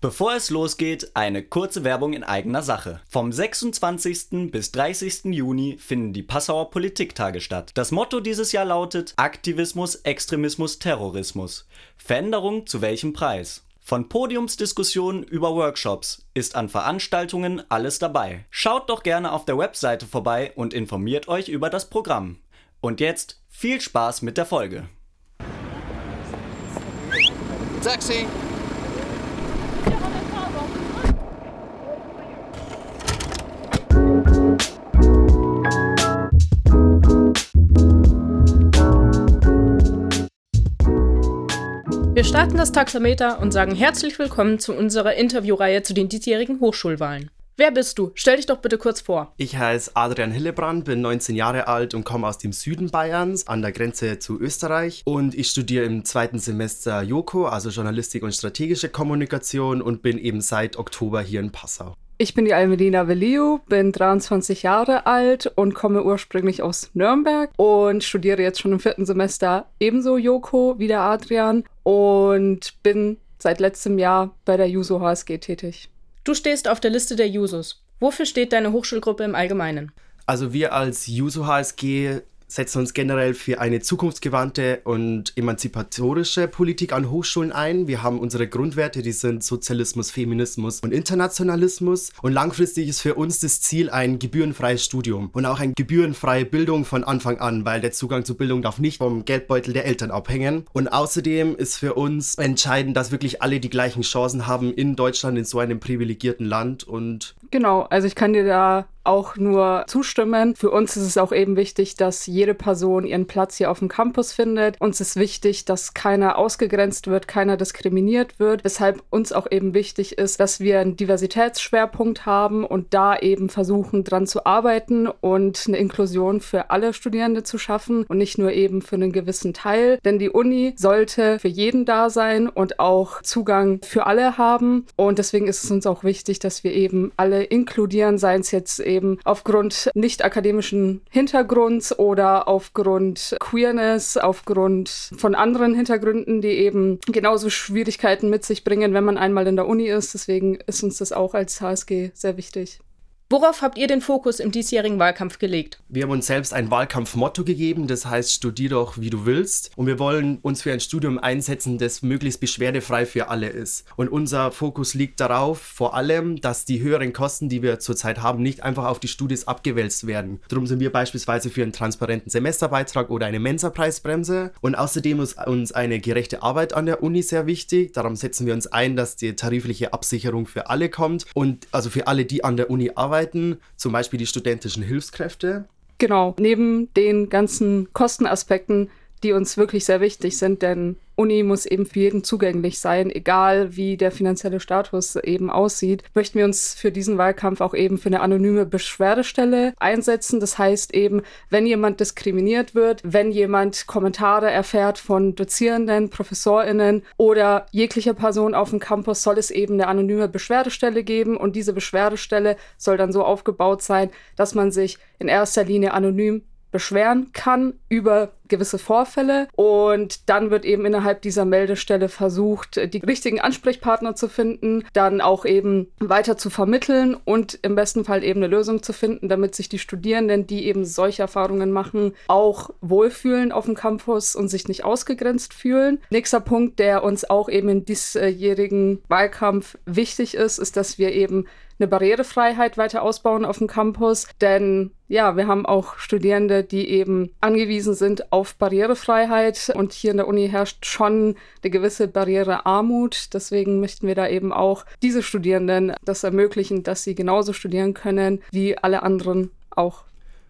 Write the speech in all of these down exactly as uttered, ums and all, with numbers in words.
Bevor es losgeht, eine kurze Werbung in eigener Sache. Vom sechsundzwanzigsten bis dreißigsten Juni finden die Passauer Politiktage statt. Das Motto dieses Jahr lautet Aktivismus, Extremismus, Terrorismus. Veränderung zu welchem Preis? Von Podiumsdiskussionen über Workshops ist an Veranstaltungen alles dabei. Schaut doch gerne auf der Webseite vorbei und informiert euch über das Programm. Und jetzt viel Spaß mit der Folge. Taxi! Wir starten das Taxameter und sagen herzlich willkommen zu unserer Interviewreihe zu den diesjährigen Hochschulwahlen. Wer bist du? Stell dich doch bitte kurz vor. Ich heiße Adrian Hillebrand, bin neunzehn Jahre alt und komme aus dem Süden Bayerns, an der Grenze zu Österreich. Und ich studiere im zweiten Semester JoKo, also Journalistik und strategische Kommunikation, und bin eben seit Oktober hier in Passau. Ich bin die Almelina Veliu, bin dreiundzwanzig Jahre alt und komme ursprünglich aus Nürnberg und studiere jetzt schon im vierten Semester ebenso JoKo wie der Adrian und bin seit letztem Jahr bei der Juso H S G tätig. Du stehst auf der Liste der Jusos. Wofür steht deine Hochschulgruppe im Allgemeinen? Also wir als Juso H S G setzen uns generell für eine zukunftsgewandte und emanzipatorische Politik an Hochschulen ein. Wir haben unsere Grundwerte, die sind Sozialismus, Feminismus und Internationalismus. Und langfristig ist für uns das Ziel ein gebührenfreies Studium und auch eine gebührenfreie Bildung von Anfang an, weil der Zugang zur Bildung darf nicht vom Geldbeutel der Eltern abhängen. Und außerdem ist für uns entscheidend, dass wirklich alle die gleichen Chancen haben in Deutschland, in so einem privilegierten Land. Und genau, also ich kann dir da auch nur zustimmen. Für uns ist es auch eben wichtig, dass jede Person ihren Platz hier auf dem Campus findet. Uns ist wichtig, dass keiner ausgegrenzt wird, keiner diskriminiert wird. Weshalb uns auch eben wichtig ist, dass wir einen Diversitätsschwerpunkt haben und da eben versuchen, dran zu arbeiten und eine Inklusion für alle Studierende zu schaffen und nicht nur eben für einen gewissen Teil. Denn die Uni sollte für jeden da sein und auch Zugang für alle haben. Und deswegen ist es uns auch wichtig, dass wir eben alle inkludieren, seien es jetzt eben eben aufgrund nicht akademischen Hintergrunds oder aufgrund Queerness, aufgrund von anderen Hintergründen, die eben genauso Schwierigkeiten mit sich bringen, wenn man einmal in der Uni ist. Deswegen ist uns das auch als H S G sehr wichtig. Worauf habt ihr den Fokus im diesjährigen Wahlkampf gelegt? Wir haben uns selbst ein Wahlkampfmotto gegeben, das heißt, studier doch, wie du willst. Und wir wollen uns für ein Studium einsetzen, das möglichst beschwerdefrei für alle ist. Und unser Fokus liegt darauf, vor allem, dass die höheren Kosten, die wir zurzeit haben, nicht einfach auf die Studis abgewälzt werden. Darum sind wir beispielsweise für einen transparenten Semesterbeitrag oder eine Mensa-Preisbremse. Und außerdem ist uns eine gerechte Arbeit an der Uni sehr wichtig. Darum setzen wir uns ein, dass die tarifliche Absicherung für alle kommt und also für alle, die an der Uni arbeiten. Zum Beispiel die studentischen Hilfskräfte. Genau, neben den ganzen Kostenaspekten, die uns wirklich sehr wichtig sind, denn Uni muss eben für jeden zugänglich sein, egal wie der finanzielle Status eben aussieht, möchten wir uns für diesen Wahlkampf auch eben für eine anonyme Beschwerdestelle einsetzen. Das heißt eben, wenn jemand diskriminiert wird, wenn jemand Kommentare erfährt von Dozierenden, ProfessorInnen oder jeglicher Person auf dem Campus, soll es eben eine anonyme Beschwerdestelle geben und diese Beschwerdestelle soll dann so aufgebaut sein, dass man sich in erster Linie anonym beschweren kann über gewisse Vorfälle und dann wird eben innerhalb dieser Meldestelle versucht, die richtigen Ansprechpartner zu finden, dann auch eben weiter zu vermitteln und im besten Fall eben eine Lösung zu finden, damit sich die Studierenden, die eben solche Erfahrungen machen, auch wohlfühlen auf dem Campus und sich nicht ausgegrenzt fühlen. Nächster Punkt, der uns auch eben in diesjährigen Wahlkampf wichtig ist, ist, dass wir eben eine Barrierefreiheit weiter ausbauen auf dem Campus, denn ja, wir haben auch Studierende, die eben angewiesen sind auf Barrierefreiheit und hier in der Uni herrscht schon eine gewisse Barrierearmut. Deswegen möchten wir da eben auch diese Studierenden das ermöglichen, dass sie genauso studieren können wie alle anderen auch.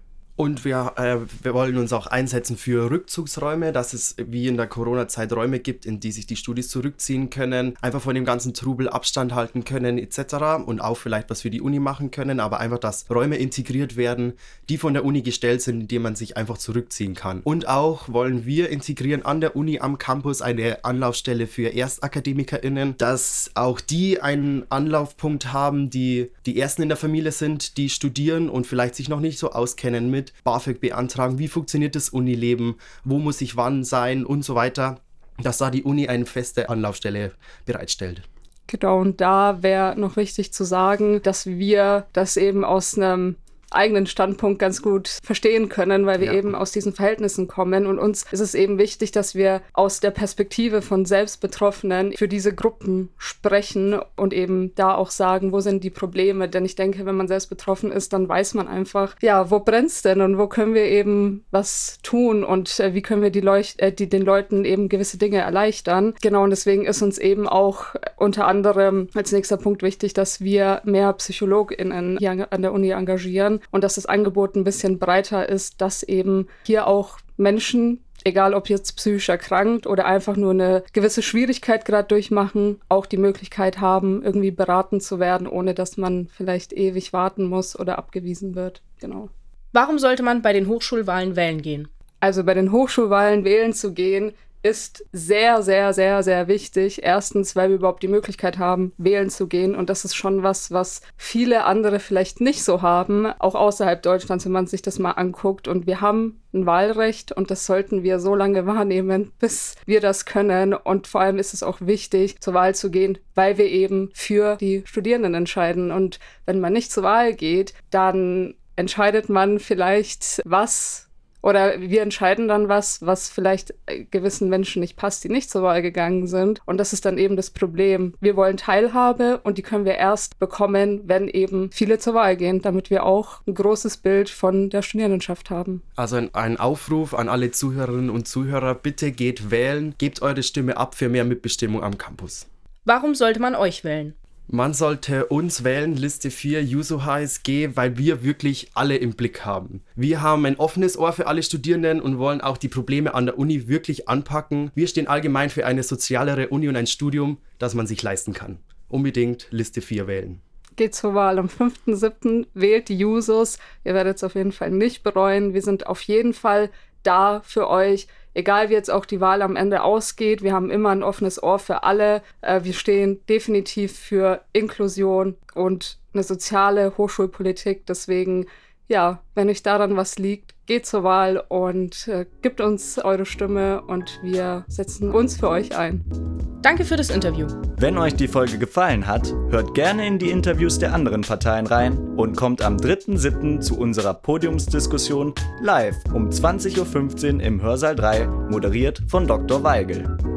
Und wir, äh, wir wollen uns auch einsetzen für Rückzugsräume, dass es wie in der Corona-Zeit Räume gibt, in die sich die Studis zurückziehen können, einfach von dem ganzen Trubel Abstand halten können et cetera und auch vielleicht was für die Uni machen können, aber einfach, dass Räume integriert werden, die von der Uni gestellt sind, in denen man sich einfach zurückziehen kann. Und auch wollen wir integrieren an der Uni am Campus eine Anlaufstelle für ErstakademikerInnen, dass auch die einen Anlaufpunkt haben, die die Ersten in der Familie sind, die studieren und vielleicht sich noch nicht so auskennen mit BAföG beantragen, wie funktioniert das Unileben, wo muss ich wann sein und so weiter, dass da die Uni eine feste Anlaufstelle bereitstellt. Genau, und da wäre noch wichtig zu sagen, dass wir das eben aus einem eigenen Standpunkt ganz gut verstehen können, weil wir ja. eben aus diesen Verhältnissen kommen. Und uns ist es eben wichtig, dass wir aus der Perspektive von Selbstbetroffenen für diese Gruppen sprechen und eben da auch sagen, wo sind die Probleme. Denn ich denke, wenn man selbst betroffen ist, dann weiß man einfach, ja, wo brennt's denn und wo können wir eben was tun und äh, wie können wir die Leuch- äh, die, den Leuten eben gewisse Dinge erleichtern. Genau, und deswegen ist uns eben auch unter anderem als nächster Punkt wichtig, dass wir mehr PsychologInnen hier an der Uni engagieren und dass das Angebot ein bisschen breiter ist, dass eben hier auch Menschen, egal ob jetzt psychisch erkrankt oder einfach nur eine gewisse Schwierigkeit gerade durchmachen, auch die Möglichkeit haben, irgendwie beraten zu werden, ohne dass man vielleicht ewig warten muss oder abgewiesen wird. Genau. Warum sollte man bei den Hochschulwahlen wählen gehen? Also bei den Hochschulwahlen wählen zu gehen, ist sehr, sehr, sehr, sehr wichtig. Erstens, weil wir überhaupt die Möglichkeit haben, wählen zu gehen. Und das ist schon was, was viele andere vielleicht nicht so haben, auch außerhalb Deutschlands, wenn man sich das mal anguckt. Und wir haben ein Wahlrecht und das sollten wir so lange wahrnehmen, bis wir das können. Und vor allem ist es auch wichtig, zur Wahl zu gehen, weil wir eben für die Studierenden entscheiden. Und wenn man nicht zur Wahl geht, dann entscheidet man vielleicht was, oder wir entscheiden dann was, was vielleicht gewissen Menschen nicht passt, die nicht zur Wahl gegangen sind. Und das ist dann eben das Problem. Wir wollen Teilhabe und die können wir erst bekommen, wenn eben viele zur Wahl gehen, damit wir auch ein großes Bild von der Studierendenschaft haben. Also ein, ein Aufruf an alle Zuhörerinnen und Zuhörer, bitte geht wählen, gebt eure Stimme ab für mehr Mitbestimmung am Campus. Warum sollte man euch wählen? Man sollte uns wählen, Liste vier, Juso H S G, weil wir wirklich alle im Blick haben. Wir haben ein offenes Ohr für alle Studierenden und wollen auch die Probleme an der Uni wirklich anpacken. Wir stehen allgemein für eine sozialere Uni und ein Studium, das man sich leisten kann. Unbedingt Liste vier wählen. Geht zur Wahl am fünften siebten Wählt die Jusos. Ihr werdet es auf jeden Fall nicht bereuen. Wir sind auf jeden Fall da für euch. Egal wie jetzt auch die Wahl am Ende ausgeht, wir haben immer ein offenes Ohr für alle. Äh, wir stehen definitiv für Inklusion und eine soziale Hochschulpolitik. Deswegen, ja, wenn euch daran was liegt, geht zur Wahl und äh, gebt uns eure Stimme und wir setzen uns für euch ein. Danke für das Interview. Wenn euch die Folge gefallen hat, hört gerne in die Interviews der anderen Parteien rein und kommt am dritten siebten zu unserer Podiumsdiskussion live um zwanzig Uhr fünfzehn im Hörsaal drei, moderiert von Doktor Weigel.